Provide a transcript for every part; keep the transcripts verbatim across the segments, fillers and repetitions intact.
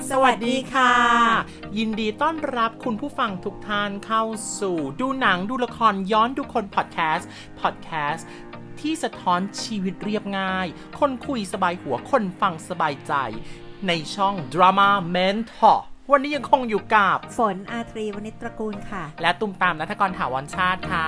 สวัสดีค่ะยินดีต้อนรับคุณผู้ฟังทุกท่านเข้าสู่ดูหนังดูละครย้อนดูคนพอดแคสต์พอดแคสต์ที่สะท้อนชีวิตเรียบง่ายคนคุยสบายหัวคนฟังสบายใจในช่อง Drama Mentor วันนี้ยังคงอยู่กับฝนอาทรีวณิชตระกูลค่ะและตุ้มตามณัฐกรถาวรชาติค่ะ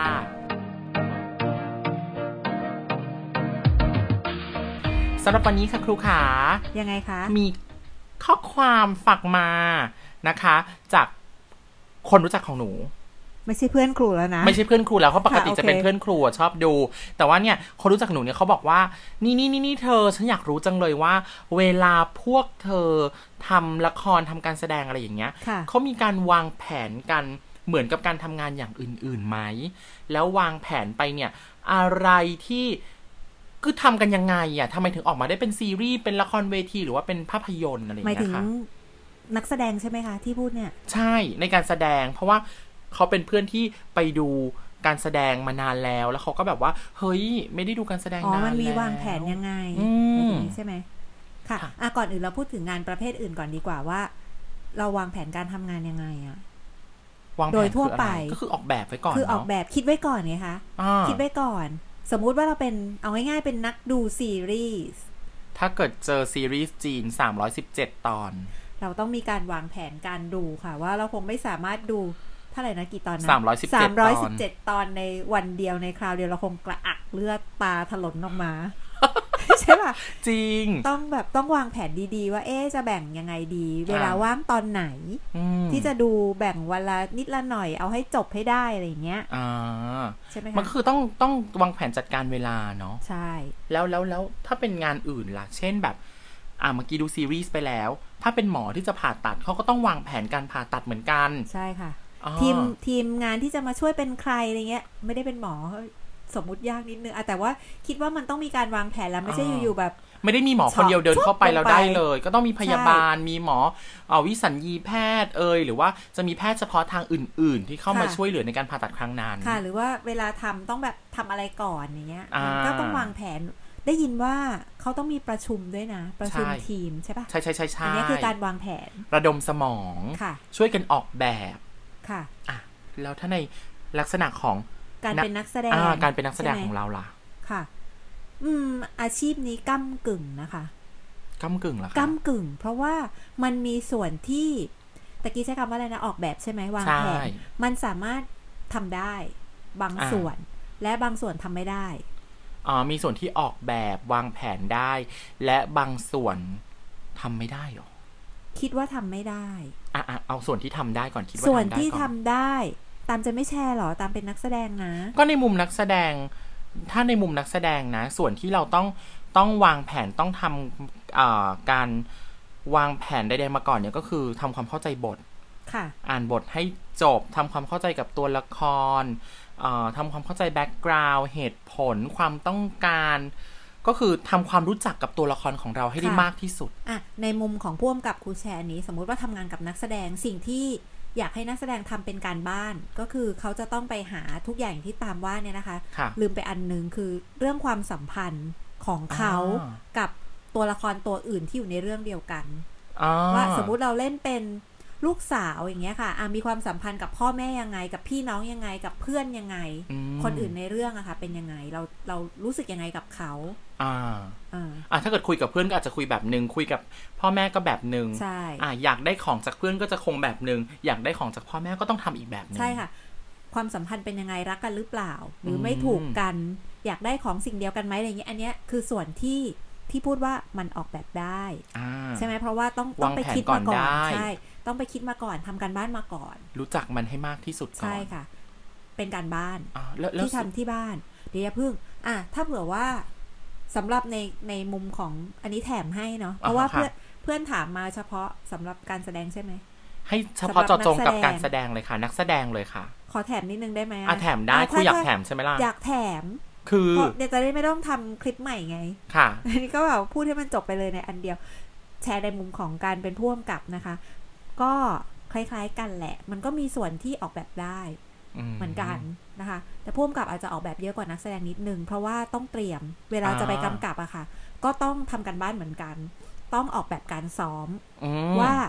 สำหรับวันนี้ค่ะครูขายังไงคะมีข้อความฝากมานะคะจากคนรู้จักของหนูไม่ใช่เพื่อนครูแล้วนะไม่ใช่เพื่อนครูแล้วเขาปกติจะเป็นเพื่อนครูชอบดูแต่ว่าเนี่ยคนรู้จักหนูเนี่ยเขาบอกว่านี่นี่นี่นี่เธอฉันอยากรู้จังเลยว่าเวลาพวกเธอทำละครทำการแสดงอะไรอย่างเงี้ยเขามีการวางแผนกันเหมือนกับการทำงานอย่างอื่นๆไหมแล้ววางแผนไปเนี่ยอะไรที่คือทำกันยังไงอ่ะทำไมถึงออกมาได้เป็นซีรีส์เป็นละครเวทีหรือว่าเป็นภาพยนตร์อะไรอย่างเงี้ยค่ะหมายถึงนักแสดงใช่ไหมคะที่พูดเนี่ยใช่ในการแสดงเพราะว่าเขาเป็นเพื่อนที่ไปดูการแสดงมานานแล้วแล้วเขาก็แบบว่าเฮ้ยไม่ได้ดูการแสดงนานแล้วอ๋อมันมีวางแผนยังไงใช่ไหมค่ะอ่ะก่อนอื่นเราพูดถึงงานประเภทอื่นก่อนดีกว่าว่าเราวางแผนการทำงานยังไงอ่ะโดยทั่วไปก็คือออกแบบไว้ก่อนคือออกแบบคิดไว้ก่อนไงคะคิดไว้ก่อนสมมุติว่าเราเป็นเอาง่ายๆเป็นนักดูซีรีส์ถ้าเกิดเจอซีรีส์จีนสามร้อยสิบเจ็ดตอนเราต้องมีการวางแผนการดูค่ะว่าเราคงไม่สามารถดูเท่าไหร่นะกี่ตอนนะสามร้อยสิบเจ็ดตอนสามร้อยสิบเจ็ดตอนในวันเดียวในคราวเดียวเราคงกระอักเลือดตาถลนออกมาใช่ป่ะจริงต้องแบบต้องวางแผนดีๆว่าเอ๊ะจะแบ่งยังไงดีเวลาว่างตอนไหนที่จะดูแบ่งวันละนิดละหน่อยเอาให้จบให้ได้อะไรอย่างเงี้ยอ่าใช่ไหมคะมันคือต้องต้องวางแผนจัดการเวลาเนาะใช่แล้วแล้วแล้วถ้าเป็นงานอื่นล่ะเช่นแบบอ่าเมื่อกี้ดูซีรีส์ไปแล้วถ้าเป็นหมอที่จะผ่าตัดเขาก็ต้องวางแผนการผ่าตัดเหมือนกันใช่ค่ะทีมทีมงานที่จะมาช่วยเป็นใครอะไรเงี้ยไม่ได้เป็นหมอสมมุติยากนิดนึงแต่ว่าคิดว่ามันต้องมีการวางแผนแล้วไม่ใช่อยู่ๆแบบไม่ได้มีหมอคนเดียวเดินเข้าไปแล้วได้เลยก็ต้องมีพยาบาลมีหมอเอาวิสัญญีแพทย์เอ่ยหรือว่าจะมีแพทย์เฉพาะทางอื่นๆที่เข้ามาช่วยเหลือในการผ่าตัดครั้งนั้นค่ะหรือว่าเวลาทำต้องแบบทำอะไรก่อนอย่างเงี้ยก็ต้องวางแผนได้ยินว่าเขาต้องมีประชุมด้วยนะประชุมทีมใช่ปะใช่ใช่ใช่ใช่อันนี้คือการวางแผนระดมสมองช่วยกันออกแบบค่ะอ่ะแล้วถ้าในลักษณะของการเป็นนักแสดงการเป็นนักแสดงของเราล่ะค่ะอืมอาชีพนี้ก้ำกึ่งนะคะก้ำกึ่งเหรอคะก้ำกึ่งเพราะว่ามันมีส่วนที่ตะกี้ใช้คำว่าอะไรนะออกแบบใช่ไหมวางแผนมันสามารถทำได้บางส่วนและบางส่วนทำไม่ได้อ๋อมีส่วนที่ออกแบบวางแผนได้และบางส่วนทำไม่ได้หรอคิดว่าทำไม่ได้อ่ะอ่ะเอาส่วนที่ทำได้ก่อนคิดว่าส่วนที่ทำได้ตามจะไม่แชร์หรอตามเป็นนักแสดงนะก็ในมุมนักแสดงถ้าในมุมนักแสดงนะส่วนที่เราต้องต้องวางแผนต้องทำการวางแผนใดๆมาก่อนเนี่ยก็คือทำความเข้าใจบทค่ะอ่านบทให้จบทำความเข้าใจกับตัวละครทำความเข้าใจแบ็กกราวด์เหตุผลความต้องการก็คือทำความรู้จักกับตัวละครของเราให้ได้มากที่สุดอ่ะในมุมของผู้กำกับครูแชร์นี้สมมุติว่าทำงานกับนักแสดงสิ่งที่อยากให้นักแสดงทำเป็นการบ้านก็คือเขาจะต้องไปหาทุกอย่างที่ตามว่าเนี่ยนะคะลืมไปอันนึงคือเรื่องความสัมพันธ์ของเขากับตัวละครตัวอื่นที่อยู่ในเรื่องเดียวกันว่าสมมุติเราเล่นเป็นลูกสาวอย่างเงี้ยค่ะมีความสัมพันธ์กับพ่อแม่ยังไงกับพี่น้องยังไงกับเพื่อนยังไงคนอื่นในเรื่องอะค่ะเป็นยังไงเราเรารู้สึกยังไงกับเขาอ่าอ่าถ้าเกิดคุยกับเพื่อนก็อาจจะคุยแบบนึงคุยกับพ่อแม่ก็แบบนึงใช่อ่าอยากได้ของจากเพื่อนก็จะคงแบบนึงอยากได้ของจากพ่อแม่ก็ต้องทำอีกแบบนึงใช่ค่ะความสัมพันธ์เป็นยังไงรักกันหรือเปล่าหรือไม่ถูกกันอยากได้ของสิ่งเดียวกันไหมอะไรเงี้ยอันเนี้ยคือส่วนที่ที่พูดว่ามันออกแบบได้ใช่ไหมเพราะว่าต้องต้องไปคิดมาก่อนใช่ต้องไปคิดมาก่อนทำการบ้านมาก่อนรู้จักมันให้มากที่สุดก่อนใช่ค่ะเป็นการบ้านที่ทำที่บ้านเดี๋ยวเพิ่งอ่ะถ้าเผื่อว่าสำหรับในในมุมของอันนี้แถมให้เนาะเพราะว่าเพื่อนเพื่อนถามมาเฉพาะสำหรับการแสดงใช่ไหมให้เฉพาะเจาะจงกับการแสดงเลยค่ะนักแสดงเลยค่ะขอแถมนิดนึงได้ไหมอ่ะแถมได้คุณอยากแถมใช่ไหมล่ะอยากแถมคือเดี๋ยวจะได้ไม่ต้องทำคลิปใหม่ไงค่ะอันนี้ก็แบบพูดให้มันจบไปเลยในอันเดียวแชร์ในมุมของการเป็นผู้กำกับนะคะก็คล้ายๆกันแหละมันก็มีส่วนที่ออกแบบได้เหมือนกันนะคะแต่ผู้กำกับอาจจะออกแบบเยอะกว่านักแสดงนิดนึงเพราะว่าต้องเตรียมเวลาจะไปกำกับอะค่ะก็ต้องทำกันบ้านเหมือนกันต้องออกแบบการซ้อมว่า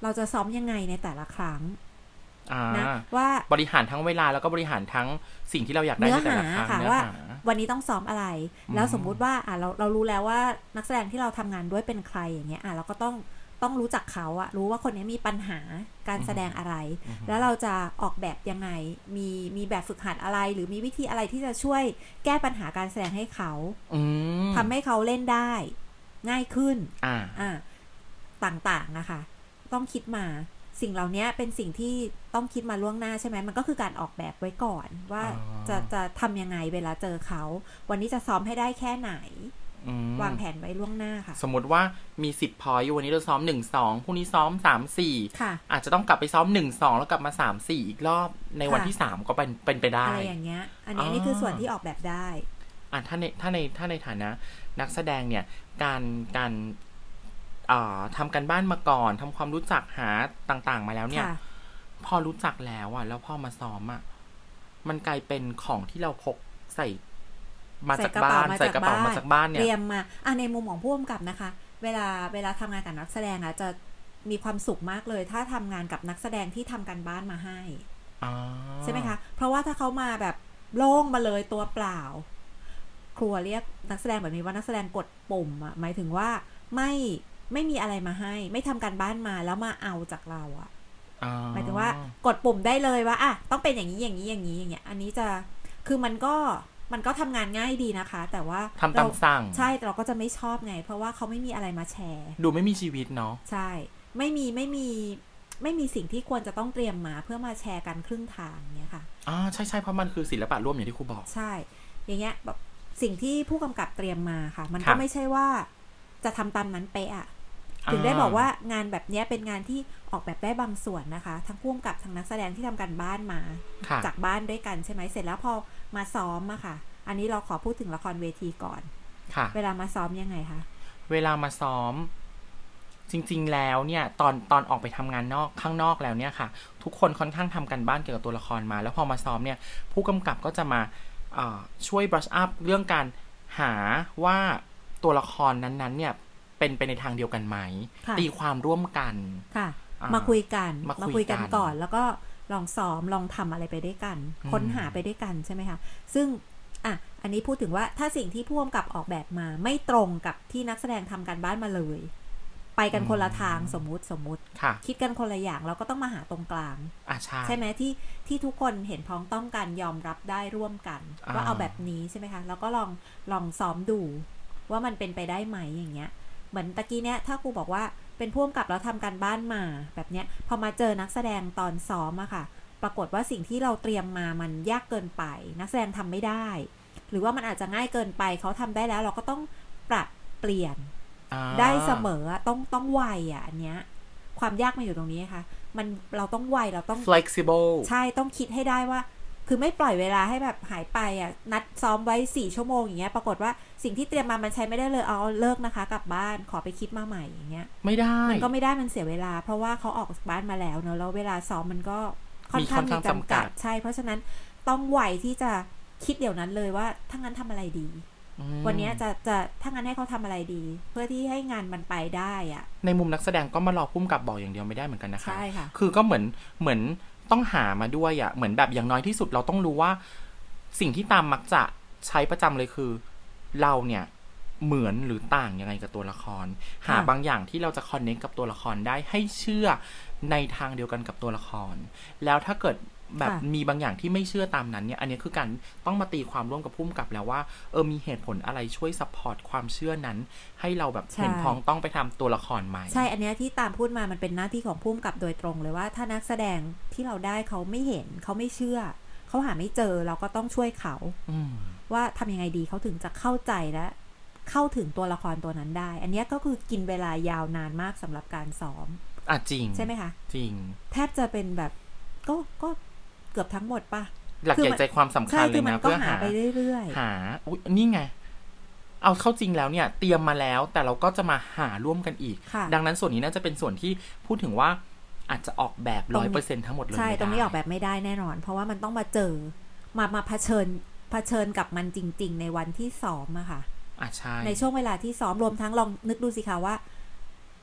เราจะซ้อมยังไงในแต่ละครั้งนะว่าบริหารทั้งเวลาแล้วก็บริหารทั้งสิ่งที่เราอยากได้ในแต่ละครั้งว่าวันนี้ต้องซ้อมอะไรแล้วสมมุติว่าอ่ะเราเรารู้แล้วว่านักแสดงที่เราทำงานด้วยเป็นใครอย่างเงี้ยอ่ะเราก็ต้องต้องรู้จักเขาอะรู้ว่าคนนี้มีปัญหาการแสดงอะไรแล้วเราจะออกแบบยังไงมีมีแบบฝึกหัดอะไรหรือมีวิธีอะไรที่จะช่วยแก้ปัญหาการแสดงให้เขาทำให้เขาเล่นได้ง่ายขึ้นอ่าอ่าต่างๆนะคะต้องคิดมาสิ่งเหล่านี้เป็นสิ่งที่ต้องคิดมาล่วงหน้าใช่ไหมมันก็คือการออกแบบไว้ก่อนว่าจะจะทำยังไงเวลาเจอเขาวันนี้จะซ้อมให้ได้แค่ไหนวางแผนไว้ล่วงหน้าค่ะสมมติว่ามีสิบพอยต์วันนี้เราซ้อมหนึ่งสองพรุ่งนี้ซ้อมสามสี่อาจจะต้องกลับไปซ้อมหนึ่งสองแล้วกลับมาสามสี่อีกรอบในวันที่สามก็เป็นเป็นไปได้อะไรอย่างเงี้ยอันนี้นี่คือส่วนที่ออกแบบได้อ่ะถ้าในถ้าในถ้าในฐานะนักแสดงเนี่ยการการทำกันบ้านมาก่อนทำความรู้จักหาต่างๆมาแล้วเนี่ยพอรู้จักแล้วอ่ะแล้วพอมาซ้อมอ่ะมันกลายเป็นของที่เราพกใส่มาจากบ้านใส่กระเป๋ามาจากบ้านเนี่ยเตรียมมาอ่ะในมุมของผู้กำกับนะคะเวลาเวลาทำงานกับนักแสดงอ่ะจะมีความสุขมากเลยถ้าทำงานกับนักแสดงที่ทำกันบ้านมาให้ใช่ไหมคะเพราะว่าถ้าเขามาแบบโล่งมาเลยตัวเปล่าครัวเรียกนักแสดงแบบนี้ว่านักแสดงกดปุ่มอ่ะหมายถึงว่าไม่ไม่มีอะไรมาให้ไม่ทำการบ้านมาแล้วมาเอาจากเราอ่ะหมายถึงว่ากดปุ่มได้เลยว่าอ่ะต้องเป็นอย่างนี้อย่างนี้อย่างนี้อย่างเงี้ยอันนี้จะคือมันก็มันก็ทำงานง่ายดีนะคะแต่ว่าทำตามสั่งใช่เราก็จะไม่ชอบไงเพราะว่าเขาไม่มีอะไรมาแชร์ดูไม่มีชีวิตเนาะใช่ไม่มีไม่มีไม่มีสิ่งที่ควรจะต้องเตรียมมาเพื่อมาแชร์กันครึ่งทางเนี้ยค่ะอ่าใช่ใช่เพราะมันคือศิลปะร่วมอย่างที่ครูบอกใช่อย่างเงี้ยแบบสิ่งที่ผู้กำกับเตรียมมาค่ะมันก็ไม่ใช่ว่าจะทำตามนั้นเป๊ะอะถึงได้บอกว่างานแบบนี้เป็นงานที่ออกแบบได้บางส่วนนะคะทั้งผู้กำกับทั้งนักแสดงที่ทำการบ้านมาจากบ้านด้วยกันใช่ไหมเสร็จแล้วพอมาซ้อมอะค่ะอันนี้เราขอพูดถึงละครเวทีก่อนเวลามาซ้อมยังไงคะเวลามาซ้อมจริงๆแล้วเนี่ยตอนตอนออกไปทำงานนอกข้างนอกแล้วเนี่ยค่ะทุกคนค่อนข้างทำกันบ้านเกี่ยวกับตัวละครมาแล้วพอมาซ้อมเนี่ยผู้กำกับก็จะมาช่วย brush up เรื่องการหาว่าตัวละครนั้นๆเนี่ยเป็นไปในทางเดียวกันไหมตีความร่วมกันค่ะมาคุยกันมาคุยกันก่อนแล้วก็ลองซ้อมลองทำอะไรไปด้วยกันค้นหาไปด้วยกันใช่ไหมคะซึ่งอ่ะอันนี้พูดถึงว่าถ้าสิ่งที่ผู้กำกับออกแบบมาไม่ตรงกับที่นักแสดงทำการบ้านมาเลยไปกันคนละทางสมมุติสมมุติคิดกันคนละอย่างเราก็ต้องมาหาตรงกลางอ่ะใช่ใช่ไหมที่ที่ทุกคนเห็นพ้องต้องกันยอมรับได้ร่วมกันว่าเอาแบบนี้ใช่ไหมคะแล้วก็ลองลองซ้อมดูว่ามันเป็นไปได้ไหมอย่างเงี้ยเหมือนตะกี้เนี้ยถ้าครูบอกว่าเป็นผู้กำกับแล้วทำการบ้านมาแบบเนี้ยพอมาเจอนักแสดงตอนซ้อมอะค่ะปรากฏว่าสิ่งที่เราเตรียมมามันยากเกินไปนักแสดงทำไม่ได้หรือว่ามันอาจจะง่ายเกินไปเขาทำได้แล้วเราก็ต้องปรับเปลี่ยนได้เสมอต้องต้องไวอ่ะอันเนี้ยความยากมันอยู่ตรงนี้ค่ะมันเราต้องไวเราต้อง flexible ใช่ต้องคิดให้ได้ว่าคือไม่ปล่อยเวลาให้แบบหายไปอ่ะนัดซ้อมไว้สี่ชั่วโมงอย่างเงี้ยปรากฏว่าสิ่งที่เตรียมมามันใช้ไม่ได้เลยเอาเลิกนะคะกลับบ้านขอไปคิดมาใหม่อย่างเงี้ยไม่ได้มันก็ไม่ได้มันเสียเวลาเพราะว่าเขาออกจากบ้านมาแล้วเนอะแล้วเวลาซ้อมมันก็ค่อนข้างมีจำกัดใช่เพราะฉะนั้นต้องไวที่จะคิดเดี๋ยวนั้นเลยว่าถ้างั้นทำอะไรดีวันนี้จะจะถ้างั้นให้เขาทำอะไรดีเพื่อที่ให้งานมันไปได้อะในมุมนักแสดงก็มารอพุ่มกับบอกอย่างเดียวไม่ได้เหมือนกันนะคะใช่ค่ะคือก็เหมือนเหมือนต้องหามาด้วยอะเหมือนแบบอย่างน้อยที่สุดเราต้องรู้ว่าสิ่งที่ตามมักจะใช้ประจำเลยคือเราเนี่ยเหมือนหรือต่างยังไงกับตัวละครหาบางอย่างที่เราจะคอนเนคกับตัวละครได้ให้เชื่อในทางเดียวกันกับตัวละครแล้วถ้าเกิดแบบมีบางอย่างที่ไม่เชื่อตามนั้นเนี่ยอันนี้คือการต้องมาตีความร่วมกับผู้กำกับแล้วว่าเออมีเหตุผลอะไรช่วยซัพพอร์ตความเชื่อนั้นให้เราแบบเห็นพ้องต้องไปทำตัวละครใหม่ใช่อันนี้ที่ตามพูดมามันเป็นหน้าที่ของผู้กำกับโดยตรงเลยว่าถ้านักแสดงที่เราได้เขาไม่เห็นเขาไม่เชื่อเขาหาไม่เจอเราก็ต้องช่วยเขาว่าทำยังไงดีเขาถึงจะเข้าใจและเข้าถึงตัวละครตัวนั้นได้อันนี้ก็คือกินเวลายาวนานมากสำหรับการซ้อมอ่ะจริงใช่ไหมคะจริงแทบจะเป็นแบบก็ก็เกือบทั้งหมดป่ะหลักใหญ่ใจความสำคัญเลยนะเพื่อหาไปเรื่อยๆหาอุ๊ยนี่ไงเอาเข้าจริงแล้วเนี่ยเตรียมมาแล้วแต่เราก็จะมาหาร่วมกันอีกดังนั้นส่วนนี้น่าจะเป็นส่วนที่พูดถึงว่าอาจจะออกแบบ ร้อยเปอร์เซ็นต์ ทั้งหมดเลยใช่ตรงนี้ออกแบบไม่ได้แน่นอนเพราะว่ามันต้องมาเจอมามาเผชิญเผชิญกับมันจริงๆในวันที่ซ้อมอะค่ะอ่ะใช่ในช่วงเวลาที่ซ้อมรวมทั้งลองนึกดูสิคะว่า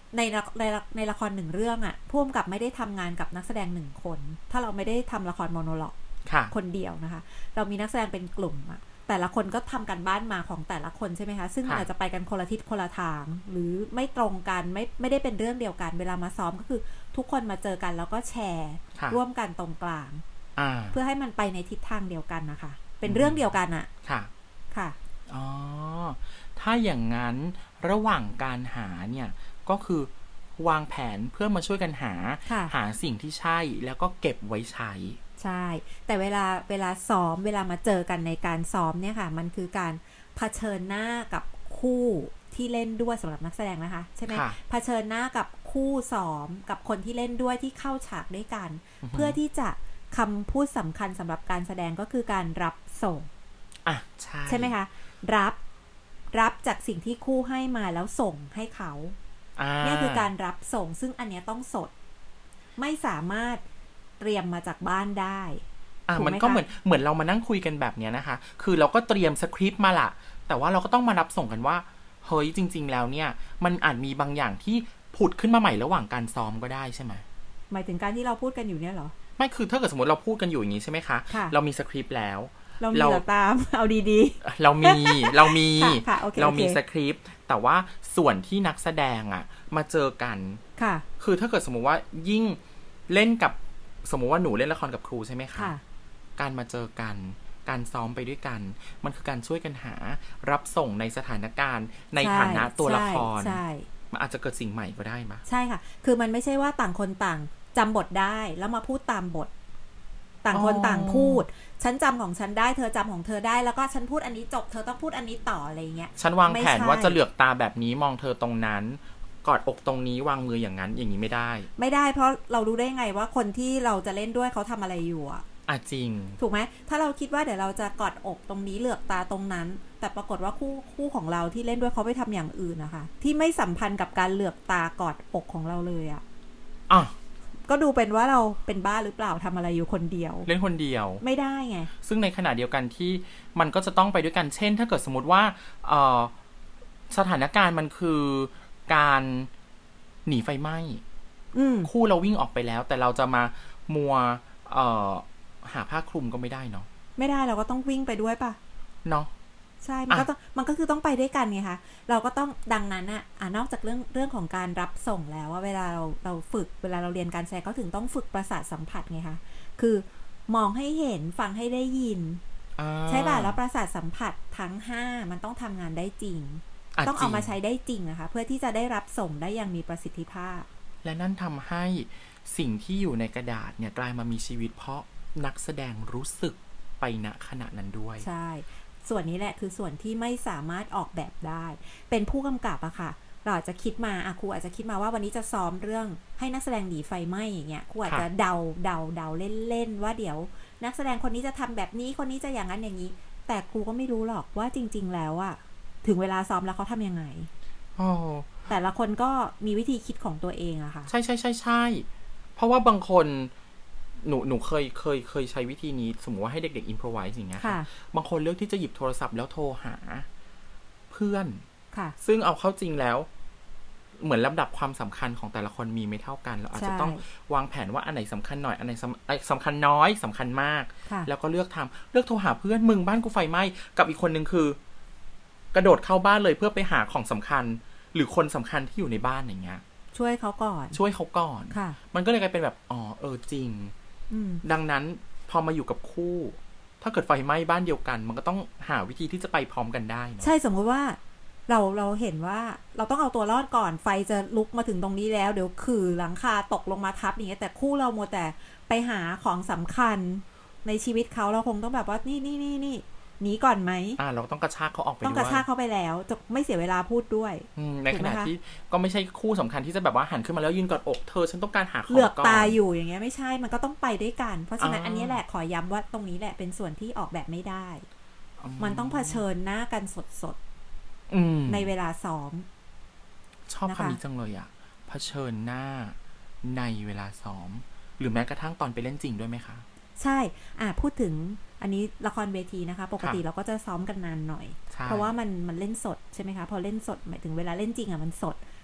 ในในในละครหนึ่งเรื่องอ่ะผู้กำกับไม่ได้ทำงานกับนักแสดงหนึ่งคนถ้าเราไม่ได้ทำละครโมโนโลกคนเดียวนะคะเรามีนักแสดงเป็นกลุ่มอ่ะแต่ละคนก็ทำกันบ้านมาของแต่ละคนใช่ไหมคะซึ่งอาจจะไปกันคนละทิศคนละทางหรือไม่ตรงกันไม่ไม่ได้เป็นเรื่องเดียวกันเวลามาซ้อมก็คือทุกคนมาเจอกันแล้วก็แชร์ร่วมกันตรงกลางเพื่อให้มันไปในทิศทางเดียวกันนะคะเป็นเรื่องเดียวกันอ่ะค่ะค่ะอ๋อถ้าอย่างนั้นระหว่างการหาเนี่ยก็คือวางแผนเพื่อมาช่วยกันหาหาสิ่งที่ใช่แล้วก็เก็บไว้ใช้ใช่แต่เวลาเวลาซ้อมเวลามาเจอกันในการซ้อมเนี่ยค่ะมันคือการเผชิญหน้ากับคู่ที่เล่นด้วยสำหรับนักแสดงนะคะใช่ไหมเผชิญหน้ากับคู่ซ้อมกับคนที่เล่นด้วยที่เข้าฉากด้วยกันเพื่อที่จะคำพูดสำคัญสำหรับการแสดงก็คือการรับส่งอ่ะใช่ใช่ไหมคะรับรับจากสิ่งที่คู่ให้มาแล้วส่งให้เขาเนี่ยคือการรับส่งซึ่งอันเนี้ยต้องสดไม่สามารถเตรียมมาจากบ้านได้อ่ะมันก็เหมือนเหมือนเรามานั่งคุยกันแบบเนี้ยนะคะคือเราก็เตรียมสคริปต์มาละแต่ว่าเราก็ต้องมารับส่งกันว่าเฮ้ยจริงๆแล้วเนี่ยมันอาจมีบางอย่างที่ผุดขึ้นมาใหม่ระหว่างการซ้อมก็ได้ใช่ไหมหมายถึงการที่เราพูดกันอยู่เนี่ยเหรอไม่คือถ้าเกิดสมมติเราพูดกันอยู่อย่างนี้ใช่ไหมคะเรามีสคริปต์แล้วเรามีหลักตามเอาดีๆเรามีเรามีเรามีสคริปต์แต่ว่าส่วนที่นักแสดงอ่ะมาเจอกันค่ะคือถ้าเกิดสมมติว่ายิ่งเล่นกับสมมติว่าหนูเล่นละครกับครูใช่ไหมคะการมาเจอกันการซ้อมไปด้วยกันมันคือการช่วยกันหารับส่งในสถานการณ์ในฐานะตัวละครมันอาจจะเกิดสิ่งใหม่ก็ได้มาใช่ค่ะคือมันไม่ใช่ว่าต่างคนต่างจำบทได้แล้วมาพูดตามบทต่างคนต่างพูดฉันจำของฉันได้เธอจำของเธอได้แล้วก็ฉันพูดอันนี้จบเธอต้องพูดอันนี้ต่ออะไรเงี้ยฉันวางแผนว่าจะเหลือกตาแบบนี้มองเธอตรงนั้นกอดอกตรงนี้วางมืออย่างนั้นอย่างนี้ไม่ได้ไม่ได้เพราะเรารู้ได้ไงว่าคนที่เราจะเล่นด้วยเขาทำอะไรอยู่อ่ะอ่ะจริงถูกไหมถ้าเราคิดว่าเดี๋ยวเราจะกอดอกตรงนี้เหลือกตาตรงนั้นแต่ปรากฏว่าคู่คู่ของเราที่เล่นด้วยเขาไปทำอย่างอื่นนะคะที่ไม่สัมพันธ์กับการเหลือกตากอดอกของเราเลยอ่ะอ่ะก็ดูเป็นว่าเราเป็นบ้าหรือเปล่าทำอะไรอยู่คนเดียวเล่นคนเดียวไม่ได้ไงซึ่งในขณะเดียวกันที่มันก็จะต้องไปด้วยกันเช่นถ้าเกิดสมมติว่าเอ่อสถานการณ์มันคือการหนีไฟไหม้คู่เราวิ่งออกไปแล้วแต่เราจะมามัวเอ่อหาผ้าคลุมก็ไม่ได้เนาะไม่ได้เราก็ต้องวิ่งไปด้วยป่ะเนาะใช่มันก็ต้องมันก็คือต้องไปด้วยกันไงคะเราก็ต้องดังนั้นอ่ะนอกจากเรื่องเรื่องของการรับส่งแล้วว่าเวลาเราเราฝึกเวลาเราเรียนการแสดงก็ถึงต้องฝึกประสาทสัมผัสไงคะคือมองให้เห็นฟังให้ได้ยินใช่ป่ะแล้วประสาทสัมผัสทั้งห้ามันต้องทำงานได้จริงต้องเอามาใช้ได้จริงนะคะเพื่อที่จะได้รับส่งได้อย่างมีประสิทธิภาพและนั่นทำให้สิ่งที่อยู่ในกระดาษเนี่ยกลายมามีชีวิตเพราะนักแสดงรู้สึกไปณขณะนั้นด้วยใช่ส่วนนี้แหละคือส่วนที่ไม่สามารถออกแบบได้เป็นผู้กำกับอะค่ะเราอาจจะคิดมาอะครูอาจจะคิดมาว่าวันนี้จะซ้อมเรื่องให้นักแสดงหนีไฟไหม้อย่างเงี้ยครูอาจจะเดาเดาเดาเล่นๆว่าเดี๋ยวนักแสดงคนนี้จะทำแบบนี้คนนี้จะอย่างนั้นอย่างนี้แต่ครูก็ไม่รู้หรอกว่าจริงๆแล้วอะถึงเวลาซ้อมแล้วเขาทำยังไงแต่ละคนก็มีวิธีคิดของตัวเองอะค่ะใช่ใช่ใช่ใช่เพราะว่าบางคนหนูหนูเคยเคยเคยใช้วิธีนี้สมมติว่าให้เด็กๆอินโพรไวส์อย่างเงี้ยค่ะบางคนเลือกที่จะหยิบโทรศัพท์แล้วโทรหาเพื่อนค่ะซึ่งเอาเข้าจริงแล้วเหมือนลำดับความสำคัญของแต่ละคนมีไม่เท่ากันเราอาจจะต้องวางแผนว่าอันไหนสำคัญหน่อยอันไหนสำคัญน้อยสำคัญมากแล้วก็เลือกทำเลือกโทรหาเพื่อนมึงบ้านกูไฟไหม้กับอีกคนนึงคือกระโดดเข้าบ้านเลยเพื่อไปหาของสำคัญหรือคนสำคัญที่อยู่ในบ้านอย่างเงี้ยช่วยเขาก่อนช่วยเขาก่อนมันก็เลยกลายเป็นแบบอ๋อเออจริงดังนั้นพอมาอยู่กับคู่ถ้าเกิดไฟไหม้บ้านเดียวกันมันก็ต้องหาวิธีที่จะไปพร้อมกันได้ใช่สมมติว่าเราเราเห็นว่าเราต้องเอาตัวรอดก่อนไฟจะลุกมาถึงตรงนี้แล้วเดี๋ยวขื่อหลังคาตกลงมาทับอย่างเงี้ยแต่คู่เรามัวแต่ไปหาของสำคัญในชีวิตเขาเราคงต้องแบบว่านี่นี่นี่นี่หนีก่อนไหมอ่าเราต้องกระชากเขาออกไปด้วยต้องกระชากเขาไปแล้วจะไม่เสียเวลาพูดด้วยในขณะที่ก็ไม่ใช่คู่สำคัญที่จะแบบว่าหันขึ้นมาแล้วยืนกอดอกเธอฉันต้องการหาของก่อนเหลือกตาอยู่อย่างเงี้ยไม่ใช่มันก็ต้องไปด้วยกันเพราะฉะนั้นอันนี้แหละขอย้ำว่าตรงนี้แหละเป็นส่วนที่ออกแบบไม่ได้มันต้องเผชิญหน้ากันสดๆในเวลาซ้อมชอบคำนี้จังเลยอ่ะเผชิญหน้าในเวลาซ้อมหรือแม้กระทั่งตอนไปเล่นจริงด้วยไหมคะใช่อ่ะพูดถึงอันนี้ละครเวทีนะคะปกติเราก็จะซ้อมกันนานหน่อยเพราะว่ามันมันเล่นสดใช่ไหมคะพอเล่นสดหมายถึงเวลาเล่นจริงอ่ะมันสด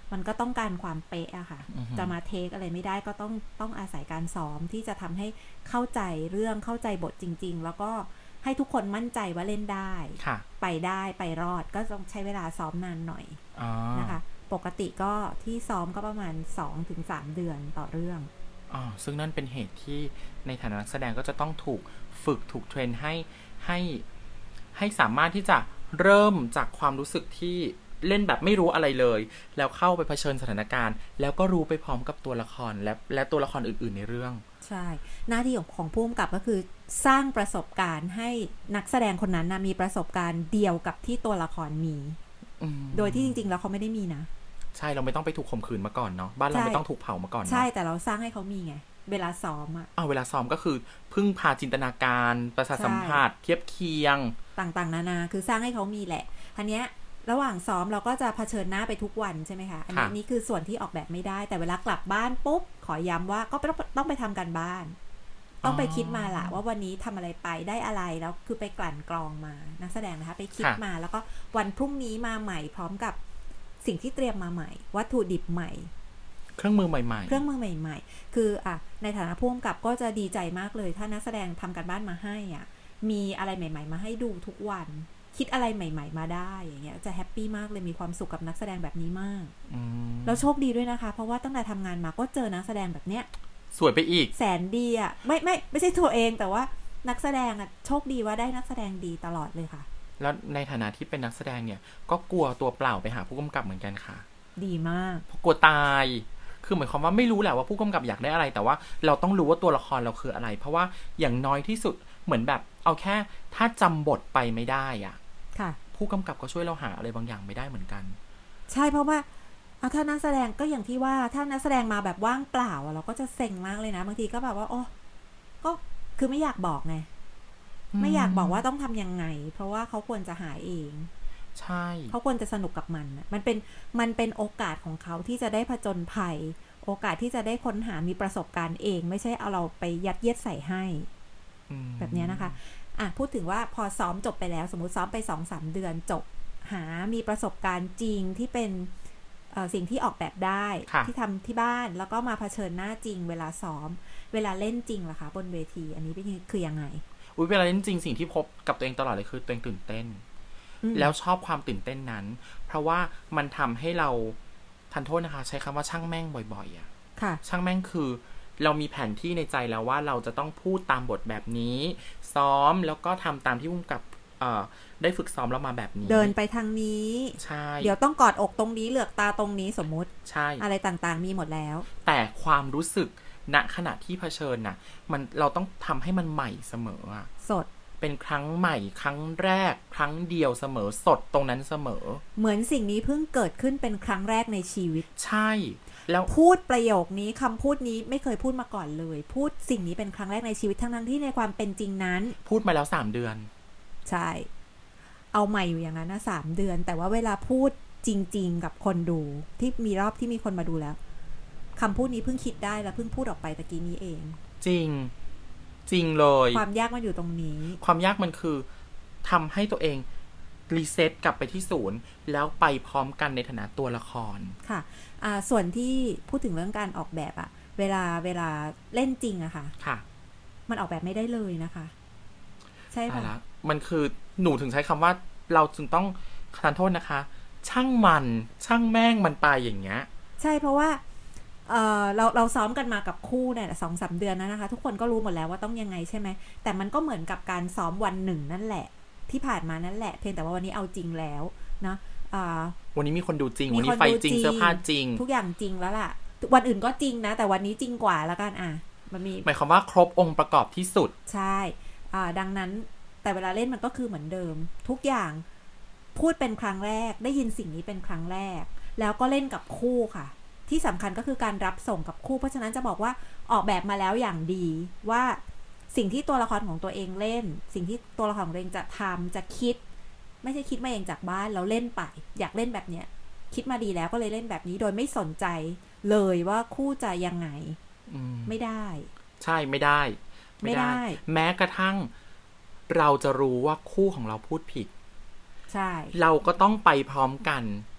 มันก็ต้องการความเป๊ะอะค่ะ uh-huh. จะมาเทคอะไรไม่ได้ก็ต้องต้องอาศัยการซ้อมที่จะทำให้เข้าใจเรื่องเข้าใจบทจริงๆแล้วก็ให้ทุกคนมั่นใจว่าเล่นได้ไปได้ไปรอดก็ต้องใช้เวลาซ้อมนานหน่อย uh-huh. นะคะปกติก็ที่ซ้อมก็ประมาณ สองถึงสาม เดือนต่อเรื่องอ๋อซึ่งนั่นเป็นเหตุที่ในฐานะนักแสดงก็จะต้องถูกฝึกถูกเทรนให้ให้ให้สามารถที่จะเริ่มจากความรู้สึกที่เล่นแบบไม่รู้อะไรเลยแล้วเข้าไปเผชิญสถานการณ์แล้วก็รู้ไปพร้อมกับตัวละครและและตัวละครอื่นๆในเรื่องใช่หน้าที่ของของผู้กำกับก็คือสร้างประสบการณ์ให้นักแสดงคนนั้นนะมีประสบการณ์เดียวกับที่ตัวละครมีโดยที่จริงๆแล้วเขาไม่ได้มีนะใช่เราไม่ต้องไปถูกข่มขืนมาก่อนเนาะบ้านเราไม่ต้องถูกเผามาก่อนใช่แต่เราสร้างให้เขามีไงเวลาซ้อมอ่ะอ้าวเวลาซ้อมก็คือพึ่งพาจินตนาการประสาทสัมผัสเทียบเคียงต่างๆนานาคือสร้างให้เขามีแหละทีเนี้ยระหว่างซ้อมเราก็จะเผชิญหน้าไปทุกวันใช่ไหมคะอันนี้นี่คือส่วนที่ออกแบบไม่ได้แต่เวลากลับบ้านปุ๊บขอย้ำว่าก็ต้องต้องไปทำกันบ้านต้องไปคิดมาละว่าวันนี้ทำอะไรไปได้อะไรแล้วคือไปกลั่นกรองมานักแสดงนะคะไปคิดมาแล้วก็วันพรุ่งนี้มาใหม่พร้อมกับสิ่งที่เตรียมมาใหม่วัตถุดิบใหม่เครื่องมือใหม่ๆเครื่องมือใหม่ๆคืออ่ะในฐานะผู้กำกับก็จะดีใจมากเลยถ้านักแสดงทำกันบ้านมาให้อ่ะมีอะไรใหม่ๆมาให้ดูทุกวันคิดอะไรใหม่ๆมาได้อย่างเงี้ยจะแฮปปี้มากเลยมีความสุขกับนักแสดงแบบนี้มากแล้วโชคดีด้วยนะคะเพราะว่าตั้งแต่ทำงานมาก็เจอนักแสดงแบบเนี้ยสวยไปอีกแสนดีอ่ะไม่ไม่ไม่ใช่ตัวเองแต่ว่านักแสดงอ่ะโชคดีว่าได้นักแสดงดีตลอดเลยค่ะแล้วในฐานะที่เป็นนักแสดงเนี่ยก็กลัวตัวเปล่าไปหาผู้กำกับเหมือนกันค่ะดีมากเพราะกลัวตายคือหมายความว่าไม่รู้แหละว่าผู้กำกับอยากได้อะไรแต่ว่าเราต้องรู้ว่าตัวละครเราคืออะไรเพราะว่าอย่างน้อยที่สุดเหมือนแบบเอาแค่ถ้าจำบทไปไม่ได้อ่ะค่ะผู้กำกับก็ช่วยเราหาอะไรบางอย่างไม่ได้เหมือนกันใช่เพราะว่าเอาถ้านักแสดงก็อย่างที่ว่าถ้านักแสดงมาแบบว่างเปล่าเราก็จะเซ็งมากเลยนะบางทีก็แบบว่าโอ้ก็คือไม่อยากบอกไงไม่อยากบอกว่าต้องทำยังไงเพราะว่าเขาควรจะหาเองใช่เขาควรจะสนุกกับมันมันเป็นมันเป็นโอกาสของเขาที่จะได้ผจญภัยโอกาสที่จะได้ค้นหามีประสบการณ์เองไม่ใช่เอาเราไปยัดเยียดใส่ให้แบบนี้นะคะอ่ะพูดถึงว่าพอซ้อมจบไปแล้วสมมุติซ้อมไป สองถึงสาม เดือนจบหามีประสบการณ์จริงที่เป็นสิ่งที่ออกแบบได้ที่ทำที่บ้านแล้วก็มาเผชิญหน้าจริงเวลาซ้อมเวลาเล่นจริงล่ะคะบนเวทีอันนี้เป็นคือยังไงอุ๊ยเวลาเล่นจริงสิ่งที่พบกับตัวเองตลอดเลยคือตัวเองตื่นเต้นแล้วชอบความตื่นเต้นนั้นเพราะว่ามันทำให้เราทันโทษนะคะใช้คำว่าช่างแม่งบ่อยๆอ่ะช่างแม่งคือเรามีแผนที่ในใจแล้วว่าเราจะต้องพูดตามบทแบบนี้ซ้อมแล้วก็ทำตามที่ผู้กำกับได้ฝึกซ้อมแล้วมาแบบนี้เดินไปทางนี้ใช่เดี๋ยวต้องกอดอกตรงนี้เหลือกตาตรงนี้สมมุติใช่อะไรต่างๆมีหมดแล้วแต่ความรู้สึกณขณะที่เผชิญน่ะมันเราต้องทำให้มันใหม่เสมออ่ะสดเป็นครั้งใหม่ครั้งแรกครั้งเดียวเสมอสดตรงนั้นเสมอเหมือนสิ่งนี้เพิ่งเกิดขึ้นเป็นครั้งแรกในชีวิตใช่แล้วพูดประโยคนี้คำพูดนี้ไม่เคยพูดมาก่อนเลยพูดสิ่งนี้เป็นครั้งแรกในชีวิตทั้งๆที่ในความเป็นจริงนั้นพูดมาแล้วสามเดือนใช่เอาใหม่อยู่อย่างนั้นนะสามเดือนแต่ว่าเวลาพูดจริงๆกับคนดูที่มีรอบที่มีคนมาดูแล้วคำพูดนี้เพิ่งคิดได้แล้วเพิ่งพูดออกไปตะกี้นี้เองจริงจริงเลยความยากมันอยู่ตรงนี้ความยากมันคือทำให้ตัวเองรีเซ็ตกลับไปที่ศูนย์แล้วไปพร้อมกันในฐานะตัวละครค่ะอ่าส่วนที่พูดถึงเรื่องการออกแบบอะเวลาเวลาเล่นจริงอะค่ะค่ะมันออกแบบไม่ได้เลยนะคะใช่ป่ะมันคือหนูถึงใช้คำว่าเราจึงต้องขอโทษนะคะช่างมันช่างแม่งมันไปอย่างเงี้ยใช่เพราะว่าเออเราเราซ้อมกันมากับคู่เนี่ยสองสามเดือนนะคะทุกคนก็รู้หมดแล้วว่าต้องยังไงใช่ไหมแต่มันก็เหมือนกับการซ้อมวันหนึ่งนั่นแหละที่ผ่านมานั่นแหละเพียงแต่ว่าวันนี้เอาจริงแล้วนะวันนี้มีคนดูจริงวันนี้ไฟจริงเสื้อผ้าจริงทุกอย่างจริงแล้วล่ะวันอื่นก็จริงนะแต่วันนี้จริงกว่าแล้วกันอ่ะมันมีหมายความว่าครบองค์ประกอบที่สุดใช่อ่าดังนั้นแต่เวลาเล่นมันก็คือเหมือนเดิมทุกอย่างพูดเป็นครั้งแรกได้ยินสิ่งนี้เป็นครั้งแรกแล้วก็เล่นกับคู่ค่ะที่สำคัญก็คือการรับส่งกับคู่เพราะฉะนั้นจะบอกว่าออกแบบมาแล้วอย่างดีว่าสิ่งที่ตัวละครของตัวเองเล่นสิ่งที่ตัวละครของตัวเองจะทำจะคิดไม่ใช่คิดมาเองจากบ้านแล้วเล่นไปอยากเล่นแบบเนี้ยคิดมาดีแล้วก็เลยเล่นแบบนี้โดยไม่สนใจเลยว่าคู่จะยังไงไม่ได้ใช่ไม่ได้ไม่ได้แม้กระทั่งเราจะรู้ว่าคู่ของเราพูดผิดใช่เราก็ต้องไปพร้อมกันเ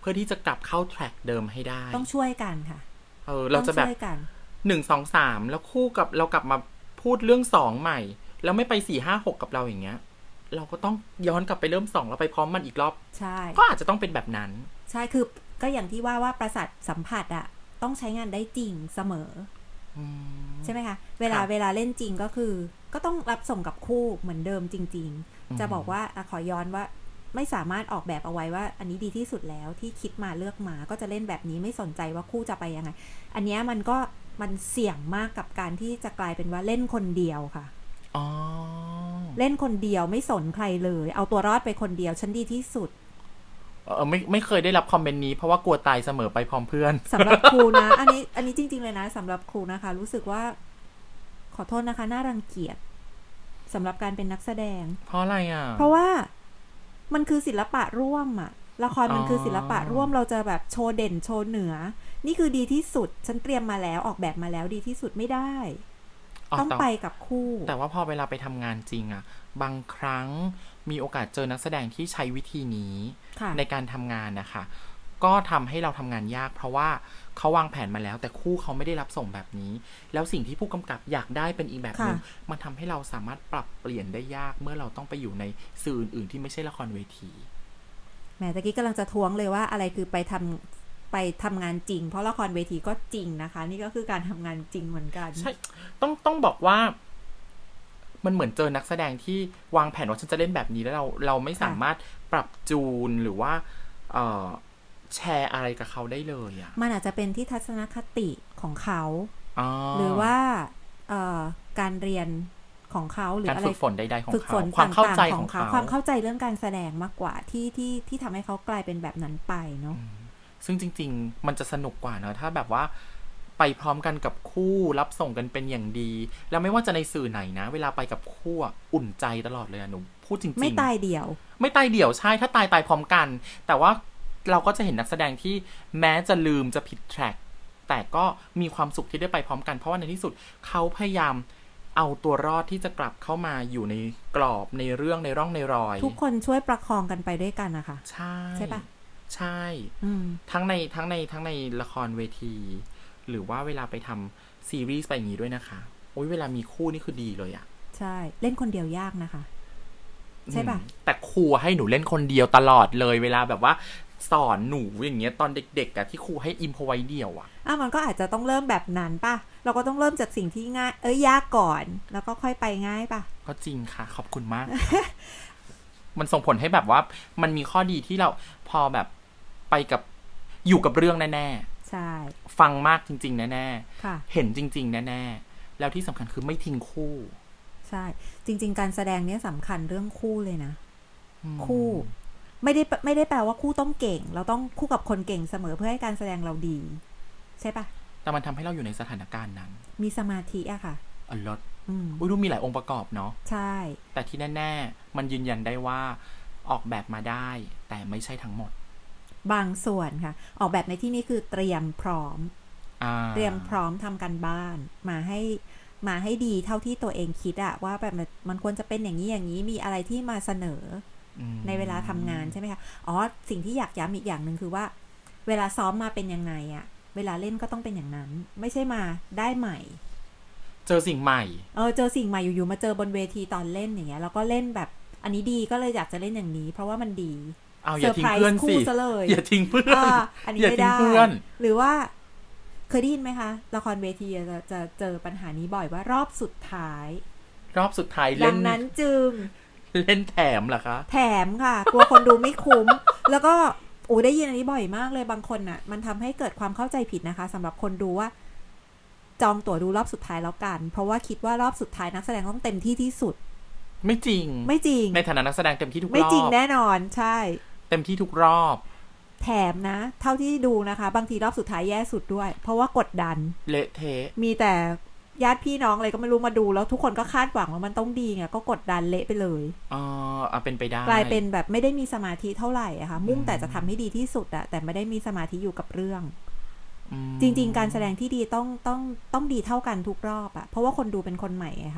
พื่อที่จะกลับเข้าแทร็กเดิมให้ได้ต้องช่วยกันค่ะเออเราจะแบบหนึ่งสองสามแล้วคู่กับเรากลับมาพูดเรื่องสองใหม่แล้วไม่ไปสี่ห้าหกกับเราอย่างเงี้ยเราก็ต้องย้อนกลับไปเริ่มสองแล้วไปพร้อมมันอีกรอบใช่ก็อาจจะต้องเป็นแบบนั้นใช่คือก็อย่างที่ว่าว่าประสาทสัมผัสอะต้องใช้งานได้จริงเสมอใช่ไหมคะเวลาเวลาเล่นจริงก็คือก็ต้องรับส่งกับคู่เหมือนเดิมจริงๆจะบอกว่าขอย้อนว่าไม่สามารถออกแบบเอาไว้ว่าอันนี้ดีที่สุดแล้วที่คิดมาเลือกมาก็จะเล่นแบบนี้ไม่สนใจว่าคู่จะไปยังไงอันนี้มันก็มันเสี่ยงมากกับการที่จะกลายเป็นว่าเล่นคนเดียวค่ะอ๋อเล่นคนเดียวไม่สนใครเลยเอาตัวรอดไปคนเดียวฉันดีที่สุดเออไม่ไม่เคยได้รับคอมเมนต์นี้เพราะว่ากลัวตายเสมอไปพร้อมเพื่อนสำหรับครูนะอันนี้อันนี้จริงๆเลยนะสำหรับครูนะคะรู้สึกว่าขอโทษนะคะน่ารังเกียจสำหรับการเป็นนักแสดงเพราะอะไรอ่ะเพราะว่ามันคือศิลปะร่วมอะละครมันคือศิลปะร่วมเราจะแบบโชว์เด่นโชว์เหนือนี่คือดีที่สุดฉันเตรียมมาแล้วออกแบบมาแล้วดีที่สุดไม่ได้ต้องไปกับคู่แต่ว่าพอเวลาไปทำงานจริงอะบางครั้งมีโอกาสเจอนักแสดงที่ใช้วิธีนี้ในการทำงานนะคะก็ทำให้เราทำงานยากเพราะว่าเขาวางแผนมาแล้วแต่คู่เขาไม่ได้รับส่งแบบนี้แล้วสิ่งที่ผู้กำกับอยากได้เป็นอีกแบบนึงมันทำให้เราสามารถปรับเปลี่ยนได้ยากเมื่อเราต้องไปอยู่ในสื่ออื่นๆที่ไม่ใช่ละครเวทีแหมตะกี้กำลังจะท้วงเลยว่าอะไรคือไปทำไปทำงานจริงเพราะละครเวทีก็จริงนะคะนี่ก็คือการทำงานจริงเหมือนกันใช่ต้องต้องบอกว่ามันเหมือนเจอนักแสดงที่วางแผนว่าฉันจะเล่นแบบนี้แล้วเราเราไม่สามารถปรับจูนหรือว่าเอ่อแชร์อะไรกับเขาได้เลยอ่ะมันอาจจะเป็นที่ทัศนคติของเขาหรือว่าการเรียนของเขาหรืออะไรการฝึกฝนใดๆของเขาความเข้าใจของเขาความเข้าใจเรื่องการแสดงมากกว่าที่ที่ที่ทำให้เขากลายเป็นแบบนั้นไปเนาะซึ่งจริงๆมันจะสนุกกว่าเนอะถ้าแบบว่าไปพร้อมกันกับคู่รับส่งกันเป็นอย่างดีแล้วไม่ว่าจะในสื่อไหนนะเวลาไปกับคู่อุ่นใจตลอดเลยอะหนูพูดจริงๆไม่ตายเดี่ยวไม่ตายเดี่ยวใช่ถ้าตายตายพร้อมกันแต่ว่าเราก็จะเห็นนักแสดงที่แม้จะลืมจะผิดแทร็กแต่ก็มีความสุขที่ได้ไปพร้อมกันเพราะว่าในที่สุดเขาพยายามเอาตัวรอดที่จะกลับเข้ามาอยู่ในกรอบในเรื่องในร่องในรอยทุกคนช่วยประคองกันไปด้วยกันนะคะใช่ใช่ปะใช่ทั้งในทั้งในทั้งในละครเวทีหรือว่าเวลาไปทำซีรีส์ไปอย่างนี้ด้วยนะคะโอ้ยเวลามีคู่นี่คือดีเลยอะใช่เล่นคนเดียวยากนะคะใช่ปะแต่ครูให้หนูเล่นคนเดียวตลอดเลยเวลาแบบว่าสอนหนูอย่างเงี้ยตอนเด็กๆอะที่ครูให้อิมพอไว้เดียวอะอ่ะมันก็อาจจะต้องเริ่มแบบนั้นป่ะเราก็ต้องเริ่มจากสิ่งที่ง่ายเอ้ยยากก่อนแล้วก็ค่อยไปง่ายป่ะก็จริงค่ะขอบคุณมาก มันส่งผลให้แบบว่ามันมีข้อดีที่เราพอแบบไปกับอยู่กับเรื่องแน่ๆใช่ฟังมากจริงๆแน่ๆค่ะเห็นจริงๆแน่ๆแล้วที่สำคัญคือไม่ทิ้งคู่ใช่จริงๆการแสดงเนี้ยสำคัญเรื่องคู่เลยนะคู่ไม่ได้ไม่ได้แปลว่าคู่ต้องเก่งเราต้องคู่กับคนเก่งเสมอเพื่อให้การแสดงเราดีใช่ปะแต่มันทำให้เราอยู่ในสถานการณ์นั้นมีสมาธิอะค่ะอ๋อลดอุ้ยดูมีหลายองค์ประกอบเนาะใช่แต่ที่แน่ๆมันยืนยันได้ว่าออกแบบมาได้แต่ไม่ใช่ทั้งหมดบางส่วนค่ะออกแบบในที่นี้คือเตรียมพร้อมเตรียมพร้อมทำกันบ้านมาให้มาให้ดีเท่าที่ตัวเองคิดอะว่าแบบมันควรจะเป็นอย่างนี้อย่างนี้มีอะไรที่มาเสนอในเวลาทำงานใช่ไหมคะอ๋อสิ่งที่อยากย้ำอีกอย่างหนึ่งคือว่าเวลาซ้อมมาเป็นยังไงอะเวลาเล่นก็ต้องเป็นอย่างนั้นไม่ใช่มาได้ใหม่เจอสิ่งใหม่เออเจอสิ่งใหม่อยู่ๆมาเจอบนเวทีตอนเล่นอย่างเงี้ยแล้วก็เล่นแบบอันนี้ดีก็เลยอยากจะเล่นอย่างนี้เพราะว่ามันดีเอาอย่าทิ้งเพื่อนสิอย่าทิ้งเพื่อนอันนี้ไม่ได้หรือว่าเคยได้ยินไหมคะละครเวทีจะจะเจอปัญหานี้บ่อยว่ารอบสุดท้ายรอบสุดท้ายเล่นดังนั้นจึงเล่นแถมเหรอคะแถมค่ะกลัวคนดูไม่คุ้มแล้วก็โอ้ได้ยินอันนี้บ่อยมากเลยบางคนน่ะมันทำให้เกิดความเข้าใจผิดนะคะสำหรับคนดูว่าจองตั๋วดูรอบสุดท้ายแล้วกันเพราะว่าคิดว่ารอบสุดท้ายนักแสดงต้องเต็มที่ที่สุดไม่จริงไม่จริงในฐานะนักแสดงเต็มที่ทุกรอบไม่จริงแน่นอนใช่เต็มที่ทุกรอบแถมนะเท่าที่ดูนะคะบางทีรอบสุดท้ายแย่สุดด้วยเพราะว่ากดดันเละเทะมีแต่ญาติพี่น้องอะไรก็ไม่รู้มาดูแล้วทุกคนก็คาดหวังว่ามันต้องดีไงก็กดดันเละไปเลยอ๋อเอาเป็นไปได้กลายเป็นแบบไม่ได้มีสมาธิเท่าไหร่อะค่ะมุ่งแต่จะทำให้ดีที่สุดอะแต่ไม่ได้มีสมาธิอยู่กับเรื่องจริงๆการแสดงที่ดีต้องต้องต้องดีเท่ากันทุกรอบอะเพราะว่าคนดูเป็นคนใหม่ไงคะ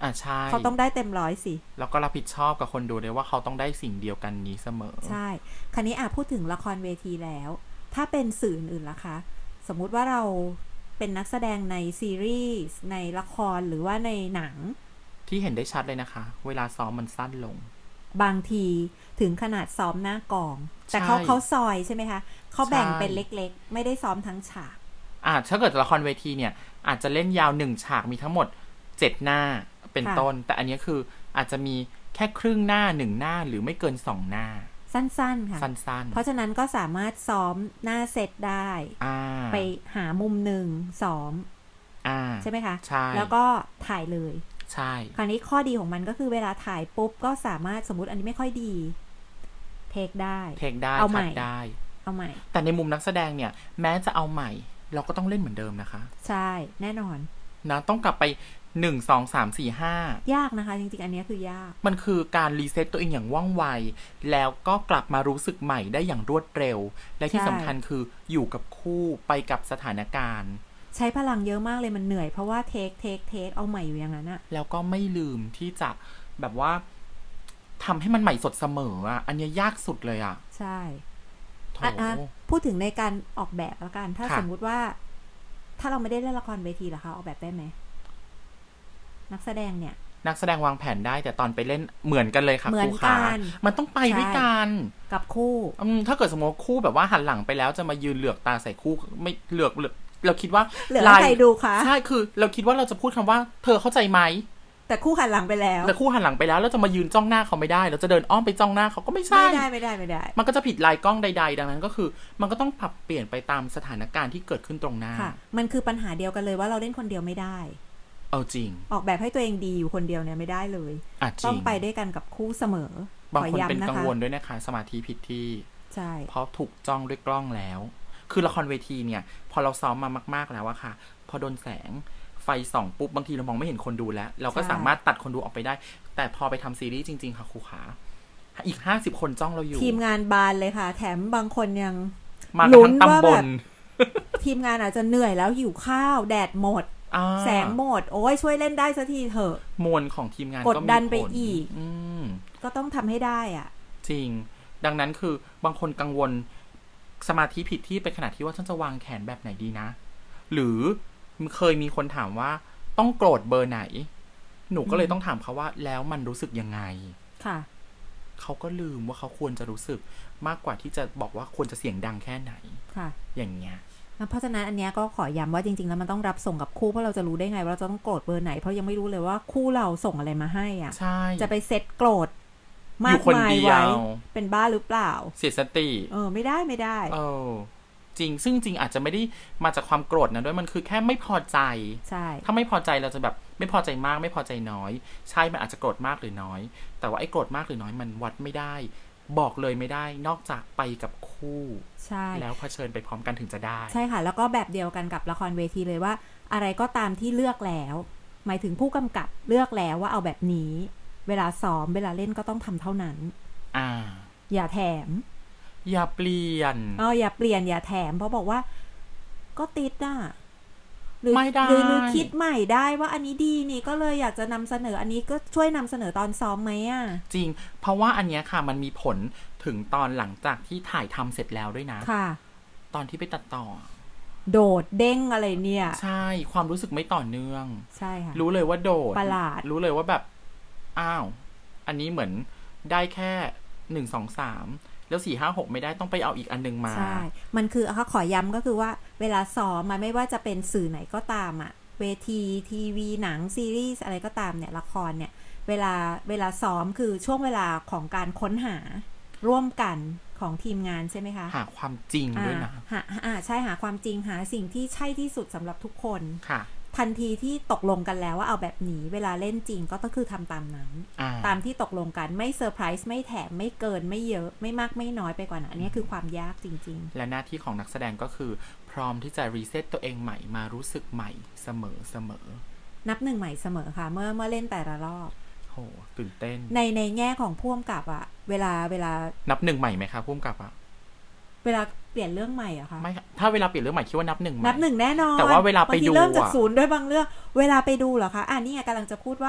อ่ะใช่เขาต้องได้เต็มร้อยสิแล้วก็รับผิดชอบกับคนดูด้วยว่าเขาต้องได้สิ่งเดียวกันนี้เสมอใช่คราวนี้อ่ะพูดถึงละครเวทีแล้วถ้าเป็นสื่ออื่นล่ะคะสมมุติว่าเราเป็นนักแสดงในซีรีส์ในละครหรือว่าในหนังที่เห็นได้ชัดเลยนะคะเวลาซ้อมมันสั้นลงบางทีถึงขนาดซ้อมหน้ากองแต่เขาเขาซอยใช่ไหมคะเขาแบ่งเป็นเล็กๆไม่ได้ซ้อมทั้งฉากอ่าถ้าเกิดละครเวทีเนี่ยอาจจะเล่นยาวหนึ่งฉากมีทั้งหมดเจ็ดหน้าเป็นต้นแต่อันนี้คืออาจจะมีแค่ครึ่งหน้าหนึ่งหน้าหรือไม่เกินสองหน้าสั้นๆค่ะสั้นๆเพราะฉะนั้นก็สามารถซ้อมหน้าเซตได้ไปหามุมหนึ่งซ้อมใช่ไหมคะใช่แล้วก็ถ่ายเลยใช่คราวนี้ข้อดีของมันก็คือเวลาถ่ายปุ๊บก็สามารถสมมุติอันนี้ไม่ค่อยดีเทคได้เทคได้เอาใหม่ได้เอาใหม่แต่ในมุมนักแสดงเนี่ยแม้จะเอาใหม่เราก็ต้องเล่นเหมือนเดิมนะคะใช่แน่นอนนะต้องกลับไปหนึ่ง สอง สาม สี่ ห้ายากนะคะจริงๆอันนี้คือยากมันคือการรีเซ็ตตัวเองอย่างว่องไวแล้วก็กลับมารู้สึกใหม่ได้อย่างรวดเร็วและที่สำคัญคืออยู่กับคู่ไปกับสถานการณ์ใช้พลังเยอะมากเลยมันเหนื่อยเพราะว่าเทคเทคเทคเอาใหม่อยู่อย่างนั้นอะแล้วก็ไม่ลืมที่จะแบบว่าทำให้มันใหม่สดเสมออ่ะอันนี้ยากสุดเลยอ่ะใช่อ่ะพูดถึงในการออกแบบแล้วกันถ้าสมมุติว่าถ้าเราไม่ได้เล่นละครเวทีล่ะคะออกแบบได้ไหมนักแสดงเนี่ยนักแสดงวางแผนได้แต่ตอนไปเล่นเหมือนกันเลยค่ะครูขามันต้องไปด้วยกันกับคู่ถ้าเกิดสมมติคู่แบบว่าหันหลังไปแล้วจะมายืนเหลือกตาใส่คู่ไม่เหลือกเหลือกเราคิดว่าเหลือใครดูคะใช่คือเราคิดว่าเราจะพูดคำว่าเธอเข้าใจไหมแต่คู่หันหลังไปแล้วแต่คู่หันหลังไปแล้วเราจะมายืนจ้องหน้าเขาไม่ได้เราจะเดินอ้อมไปจ้องหน้าเขาก็ไม่ใช่ไม่ได้ไม่ได้ไม่ได้มันก็จะผิดลายกล้องใดๆดังนั้นก็คือมันก็ต้องปรับเปลี่ยนไปตามสถานการณ์ที่เกิดขึ้นตรงหน้าค่ะมันคือปัญหาเดียวกันเลยว่าเราเล่นคนเดียวไม่ได้เอาจริงออกแบบให้ตัวเองดีอยู่คนเดียวเนี่ยไม่ได้เลยต้องไปด้วยกันกับคู่เสมอบางคนเป็นกังวลด้วยนะคะสมาธิผิดที่ใช่เพราะถูกจ้องด้วยกล้องแล้วคือละครเวทีเนี่ยพอเราซ้อมมามากๆแล้วอะค่ะพอโดนแสงไฟส่องปุ๊บบางทีเรามองไม่เห็นคนดูแล้วเราก็สามารถตัดคนดูออกไปได้แต่พอไปทำซีรีส์จริงๆค่ะครูขาอีกห้าสิบคนจ้องเราอยู่ทีมงานบานเลยค่ะแถมบางคนยังลุ้นว่าแบบทีมงานอาจจะเหนื่อยแล้วหิวข้าวแดดหมดแสงหมดโอ้ยช่วยเล่นได้สักทีเถอะมวลของทีมงานกดดันไปอีกก็ต้องทำให้ได้อ่ะจริงดังนั้นคือบางคนกังวลสมาธิผิดที่ไปขนาดที่ว่าฉันจะวางแขนแบบไหนดีนะหรือเคยมีคนถามว่าต้องโกรธเบอร์ไหนหนูก็เลยต้องถามเขาว่าแล้วมันรู้สึกยังไงค่ะเขาก็ลืมว่าเขาควรจะรู้สึกมากกว่าที่จะบอกว่าควรจะเสียงดังแค่ไหนค่ะอย่างเงี้ยเพราะฉะนั้นอันนี้ก็ขอย้ำว่าจริงๆแล้วมันต้องรับส่งกับคู่เพราะเราจะรู้ได้ไงว่าเราจะต้องโกรธเบอร์ไหนเพราะยังไม่รู้เลยว่าคู่เราส่งอะไรมาให้อ่ะใช่จะไปเซตโกรธมากมายไว้เป็นบ้าหรือเปล่าเสียสติเออไม่ได้ไม่ได้เออจริงซึ่งจริงอาจจะไม่ได้มาจากความโกรธนะด้วยมันคือแค่ไม่พอใจใช่ถ้าไม่พอใจเราจะแบบไม่พอใจมากไม่พอใจน้อยใช่มันอาจจะโกรธมากหรือน้อยแต่ว่าไอ้โกรธมากหรือน้อยมันวัดไม่ได้บอกเลยไม่ได้นอกจากไปกับคู่ใช่แล้วเผชิญไปพร้อมกันถึงจะได้ใช่ค่ะแล้วก็แบบเดียวกันกับละครเวทีเลยว่าอะไรก็ตามที่เลือกแล้วหมายถึงผู้กำกับเลือกแล้วว่าเอาแบบนี้เวลาซ้อมเวลาเล่นก็ต้องทำเท่านั้นอ่าอย่าแถมอย่าเปลี่ยนอ๋ออย่าเปลี่ยนอย่าแถมเพราะบอกว่าก็ติดอ่ะหรือไม่ได้หรือคิดใหม่ได้ว่าอันนี้ดีนี่ก็เลยอยากจะนำเสนออันนี้ก็ช่วยนำเสนอตอนซ้อมไหมอ่ะจริงเพราะว่าอันนี้ค่ะมันมีผลถึงตอนหลังจากที่ถ่ายทำเสร็จแล้วด้วยนะค่ะตอนที่ไปตัดต่อโดดเด้งอะไรเนี่ยใช่ความรู้สึกไม่ต่อเนื่องใช่ค่ะรู้เลยว่าโดดประหลาดรู้เลยว่าแบบอ้าวอันนี้เหมือนได้แค่หนึ่ง สอง สามแล้วสี่ ห้า หกไม่ได้ต้องไปเอาอีกอันนึงมาใช่มันคือเขาขอย้ำก็คือว่าเวลาซ้อมมันไม่ว่าจะเป็นสื่อไหนก็ตามอะเวทีทีวีหนังซีรีส์อะไรก็ตามเนี่ยละครเนี่ยเวลาเวลาซ้อมคือช่วงเวลาของการค้นหาร่วมกันของทีมงานใช่ไหมคะหาความจริงด้วยนะหาอ่าใช่หาความจริงหาสิ่งที่ใช่ที่สุดสำหรับทุกคนค่ะทันทีที่ตกลงกันแล้วว่าเอาแบบนี้เวลาเล่นจริงก็ต้องคือทำตามนั้นตามที่ตกลงกันไม่เซอร์ไพรส์ไม่แถมไม่เกินไม่เยอะไม่มากไม่น้อยไปกว่านั้นอันนี้คือความยากจริงๆและหน้าที่ของนักแสดงก็คือพร้อมที่จะรีเซ็ตตัวเองใหม่มารู้สึกใหม่เสมอเสมอนับหนึ่งใหม่เสมอค่ะเมื่อเมื่อเล่นแต่ละรอบโหตื่นเต้นในในแง่ของผู้กำกับอะเวลาเวลานับหนึ่งใหม่ไหมคะผู้กำกับอะเวลาเปลี่ยนเรื่องใหม่อะคะไม่ถ้าเวลาเปลี่ยนเรื่องใหม่คิดว่านับหนึ่งนับหนึ่งแน่นอนแต่ว่าเวลาไปดูเริ่มจากศูนย์ด้วยบางเรื่องเวลาไปดูเหรอคะอ่านี่ไงกำลังจะพูดว่า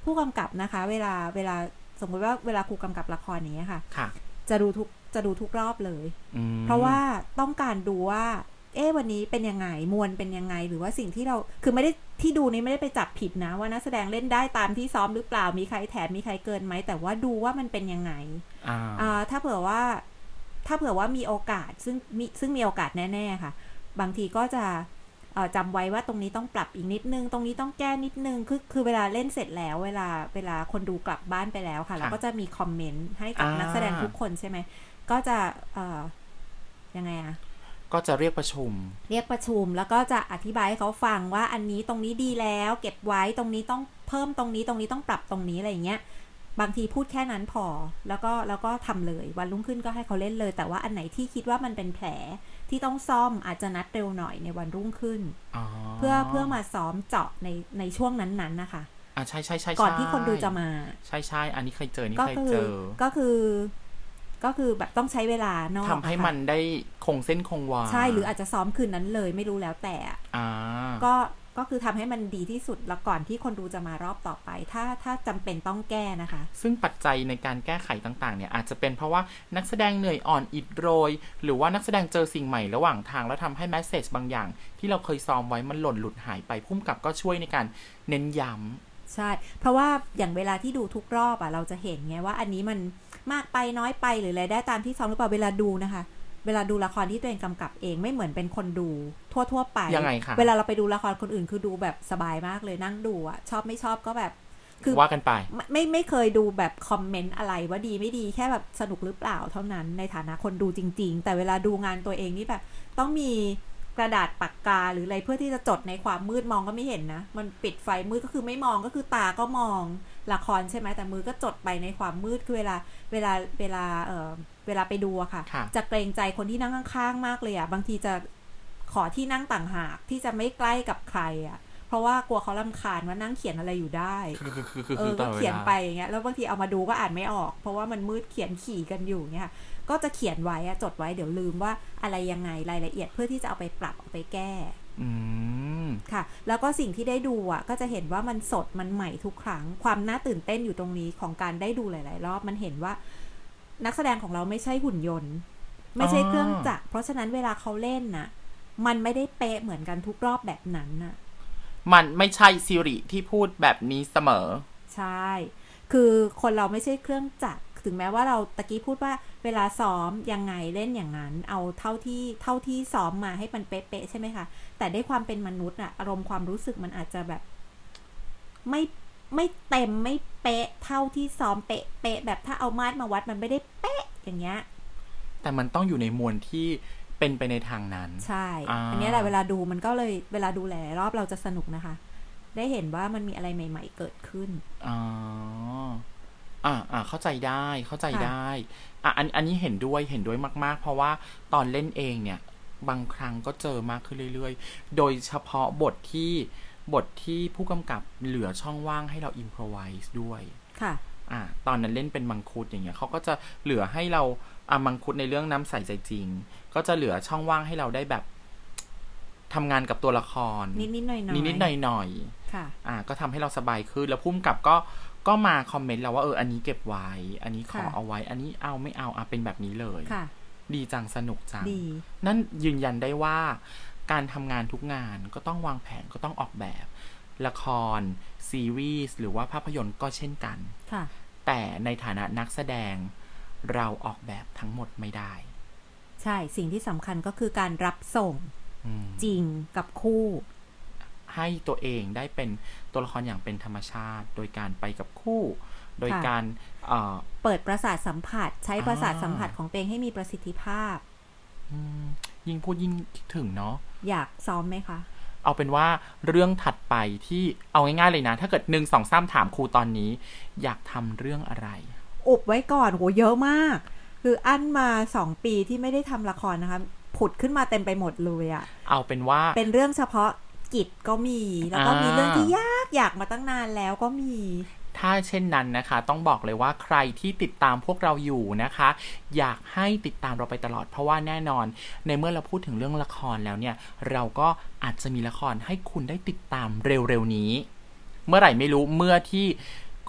ผู้กำกับนะคะเวลาเวลาสมมติว่าเวลาครูกำกับละครนี้ค่ะจะดูทุกจะดูทุกรอบเลยเพราะว่าต้องการดูว่าเอ๊ะวันนี้เป็นยังไงมวลเป็นยังไงหรือว่าสิ่งที่เราคือไม่ได้ที่ดูนี้ไม่ได้ไปจับผิดนะว่านักแสดงเล่นได้ตามที่ซ้อมหรือเปล่ามีใครแถมมีใครเกินไหมแต่ว่าดูว่ามันเป็นยังไงอ่าถ้าเผื่อว่าถ้าเผื่อว่ามีโอกาสซึ่งมีซึ่งมีโอกาสแน่ๆค่ะบางทีก็จะจำไว้ว่าตรงนี้ต้องปรับอีกนิดนึงตรงนี้ต้องแก้นิดนึงคือคือเวลาเล่นเสร็จแล้วเวลาเวลาคนดูกลับบ้านไปแล้วค่ะเราก็จะมีคอมเมนต์ให้กับนักแสดงทุกคนใช่ไหมก็จะเอ่อยังไงอะก็จะเรียกประชุมเรียกประชุมแล้วก็จะอธิบายให้เขาฟังว่าอันนี้ตรงนี้ดีแล้วเก็บไว้ตรงนี้ต้องเพิ่มตรงนี้ตรงนี้ต้องปรับตรงนี้อะไรอย่างเงี้ยบางทีพูดแค่นั้นพอแล้วก็แล้วก็ทำเลยวันรุ่งขึ้นก็ให้เขาเล่นเลยแต่ว่าอันไหนที่คิดว่ามันเป็นแผลที่ต้องซ่อมอาจจะนัดเร็วหน่อยในวันรุ่งขึ้นเพื่อเพื่อมาซ้อมเจาะในในช่วงนั้นๆนะคะอ่าใช่ใช่ใช่ก่อนที่คนดูจะมาใช่ใช่อันนี้เคยเจอนี่เคยเจอก็คือก็คือแบบต้องใช้เวลาเนาะทำให้มันได้คงเส้นคงวาใช่หรืออาจจะซ้อมคืนนั้นเลยไม่รู้แล้วแต่อ่าก็ก็คือทำให้มันดีที่สุดแล้วก่อนที่คนดูจะมารอบต่อไปถ้าถ้าจำเป็นต้องแก้นะคะซึ่งปัจจัยในการแก้ไขต่างๆเนี่ยอาจจะเป็นเพราะว่านักแสดงเหนื่อยอ่อนอิดโรยหรือว่านักแสดงเจอสิ่งใหม่ระหว่างทางแล้วทำให้แมสเสจบางอย่างที่เราเคยซ้อมไว้มันหล่นหลุดหายไปพุ่มกับก็ช่วยในการเน้นย้ำใช่เพราะว่าอย่างเวลาที่ดูทุกรอบอะเราจะเห็นไงว่าอันนี้มันมากไปน้อยไปหรืออะไรได้ตามที่ซ้อมหรือเปล่าเวลาดูนะคะเวลาดูละครที่ตัวเองกำกับเองไม่เหมือนเป็นคนดูทั่วๆไปยังไงคะเวลาเราไปดูละครคนอื่นคือดูแบบสบายมากเลยนั่งดูอะชอบไม่ชอบก็แบบคือว่ากันไปไม่ไม่ไม่เคยดูแบบคอมเมนต์อะไรว่าดีไม่ดีแค่แบบสนุกหรือเปล่าเท่านั้นในฐานะคนดูจริงๆแต่เวลาดูงานตัวเองนี่แบบต้องมีกระดาษปากกาหรืออะไรเพื่อที่จะจดในความมืดมองก็ไม่เห็นนะมันปิดไฟมืดก็คือไม่มองก็คือตาก็มองละครใช่ไหมแต่มือก็จดไปในความมืดคือเวลาเวลาเวลาเออเวลาไปดูอะค่ะจะเกรงใจคนที่นั่งข้างๆมากเลยอะบางทีจะขอที่นั่งต่างหากที่จะไม่ใกล้กับใครอะเพราะว่ากลัวเขารำคาญว่านั่งเขียนอะไรอยู่ได้เออก็เขียนไปอย่างเงี้ยแล้วบางทีเอามาดูก็อ่านไม่ออกเพราะว่ามันมืดเขียนขี่กันอยู่เนี่ยก็จะเขียนไว้อะจดไว้เดี๋ยวลืมว่าอะไรยังไงรายละเอียดเพื่อที่จะเอาไปปรับเอาไปแก้ค่ะแล้วก็สิ่งที่ได้ดูอ่ะก็จะเห็นว่ามันสดมันใหม่ทุกครั้งความน่าตื่นเต้นอยู่ตรงนี้ของการได้ดูหลายๆรอบมันเห็นว่านักแสดงของเราไม่ใช่หุ่นยนต์ไม่ใช่เครื่องจักรเพราะฉะนั้นเวลาเขาเล่นน่ะมันไม่ได้เป๊ะเหมือนกันทุกรอบแบบนั้นน่ะมันไม่ใช่ซิริที่พูดแบบนี้เสมอใช่คือคนเราไม่ใช่เครื่องจักรถึงแม้ว่าเราตะกี้พูดว่าเวลาซ้อมยังไงเล่นอย่างนั้นเอาเท่าที่เท่าที่ซ้อมมาให้มันเป๊ะๆใช่ไหมคะแต่ได้ความเป็นมนุษย์อะอารมณ์ความรู้สึกมันอาจจะแบบไม่ไม่เต็มไม่เป๊ะเท่าที่ซ้อมเป๊ะเป๊ะแบบถ้าเอามาตรมาวัดมันไม่ได้เป๊ะอย่างเงี้ยแต่มันต้องอยู่ในมวลที่เป็นไปในทางนั้นใช่ อ, อันนี้แหละเวลาดูมันก็เลยเวลาดูหลายรอบเราจะสนุกนะคะได้เห็นว่ามันมีอะไรใหม่ๆเกิดขึ้นอ๋ออ่าอ่าเข้าใจได้เข้าใจได้อ่ะอันอันนี้เห็นด้วยเห็นด้วยมากๆเพราะว่าตอนเล่นเองเนี่ยบางครั้งก็เจอมากขึ้นเรื่อยๆโดยเฉพาะบทที่บทที่ผู้กำกับเหลือช่องว่างให้เราอิมพรไวส์ด้วยค่ะอ่าตอนนั้นเล่นเป็นมังคุดอย่างเงี้ยเขาก็จะเหลือให้เราอ่ะมังคุดในเรื่องน้ำใสใจจริงก็จะเหลือช่องว่างให้เราได้แบบทำงานกับตัวละครนิดๆหน่อยๆนิดๆหน่อยๆค่ะอ่าก็ทำให้เราสบายขึ้นแล้วพุ่มกับก็ก็มาคอมเมนต์เราว่าเอออันนี้เก็บไว้อันนี้ขอเอาไว้อันนี้เอาไม่เอาอ่ะเป็นแบบนี้เลยดีจังสนุกจังนั่นยืนยันได้ว่าการทำงานทุกงานก็ต้องวางแผนก็ต้องออกแบบละครซีรีส์หรือว่าภาพยนตร์ก็เช่นกันแต่ในฐานะนักแสดงเราออกแบบทั้งหมดไม่ได้ใช่สิ่งที่สำคัญก็คือการรับส่งจริงกับคู่ให้ตัวเองได้เป็นตัวละครอย่างเป็นธรรมชาติโดยการไปกับคู่โดยการเอ่อเปิดประสาทสัมผัสใช้ประสาทสัมผัสของตัวเองให้มีประสิทธิภาพยิ่งพูดยิ่งคิดถึงเนาะอยากซ้อมไหมคะเอาเป็นว่าเรื่องถัดไปที่เอาง่ายๆเลยนะถ้าเกิดหนึ่งสองสามถามครูตอนนี้อยากทำเรื่องอะไรอุบไว้ก่อนโหเยอะมากคืออั้นมาสองปีที่ไม่ได้ทำละครนะคะผุดขึ้นมาเต็มไปหมดเลยอะเอาเป็นว่าเป็นเรื่องเฉพาะกิจก็มีแล้วก็มีเรื่องที่ยากอยากมาตั้งนานแล้วก็มีถ้าเช่นนั้นนะคะต้องบอกเลยว่าใครที่ติดตามพวกเราอยู่นะคะอยากให้ติดตามเราไปตลอดเพราะว่าแน่นอนในเมื่อเราพูดถึงเรื่องละครแล้วเนี่ยเราก็อาจจะมีละครให้คุณได้ติดตามเร็วๆนี้เมื่อไหร่ไม่รู้เมื่อที่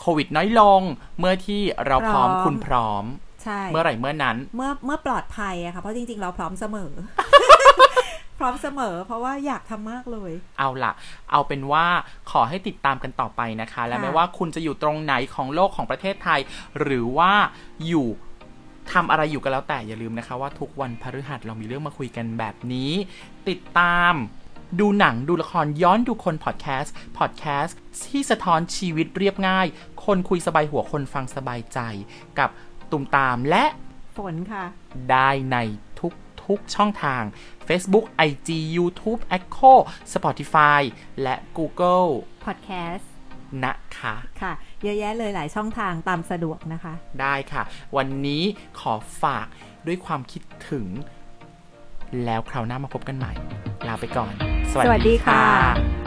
โควิดน้อยลงเมื่อที่เราพร้อมคุณพร้อมใช่เมื่อไหร่เมื่อนั้นเมื่อเมื่อปลอดภัยอะค่ะเพราะจริงๆเราพร้อมเสมอ พร้อมเสมอเพราะว่าอยากทำมากเลยเอาล่ะเอาเป็นว่าขอให้ติดตามกันต่อไปนะคะและไม่ว่าคุณจะอยู่ตรงไหนของโลกของประเทศไทยหรือว่าอยู่ทำอะไรอยู่ก็แล้วแต่อย่าลืมนะคะว่าทุกวันพฤหัสเรามีเรื่องมาคุยกันแบบนี้ติดตามดูหนังดูละครย้อนดูคนพอดแคสต์พอดแคสต์ที่สะท้อนชีวิตเรียบง่ายคนคุยสบายหัวคนฟังสบายใจกับตุมตามและฝนค่ะได้ในทุกทุกช่องทาง Facebook ไอ จี YouTube Echo Spotify และ Google Podcast นะคะค่ะเยอะแยะเลยหลายช่องทางตามสะดวกนะคะได้ค่ะวันนี้ขอฝากด้วยความคิดถึงแล้วคราวหน้ามาพบกันใหม่ลาไปก่อนสวัสดีค่ะ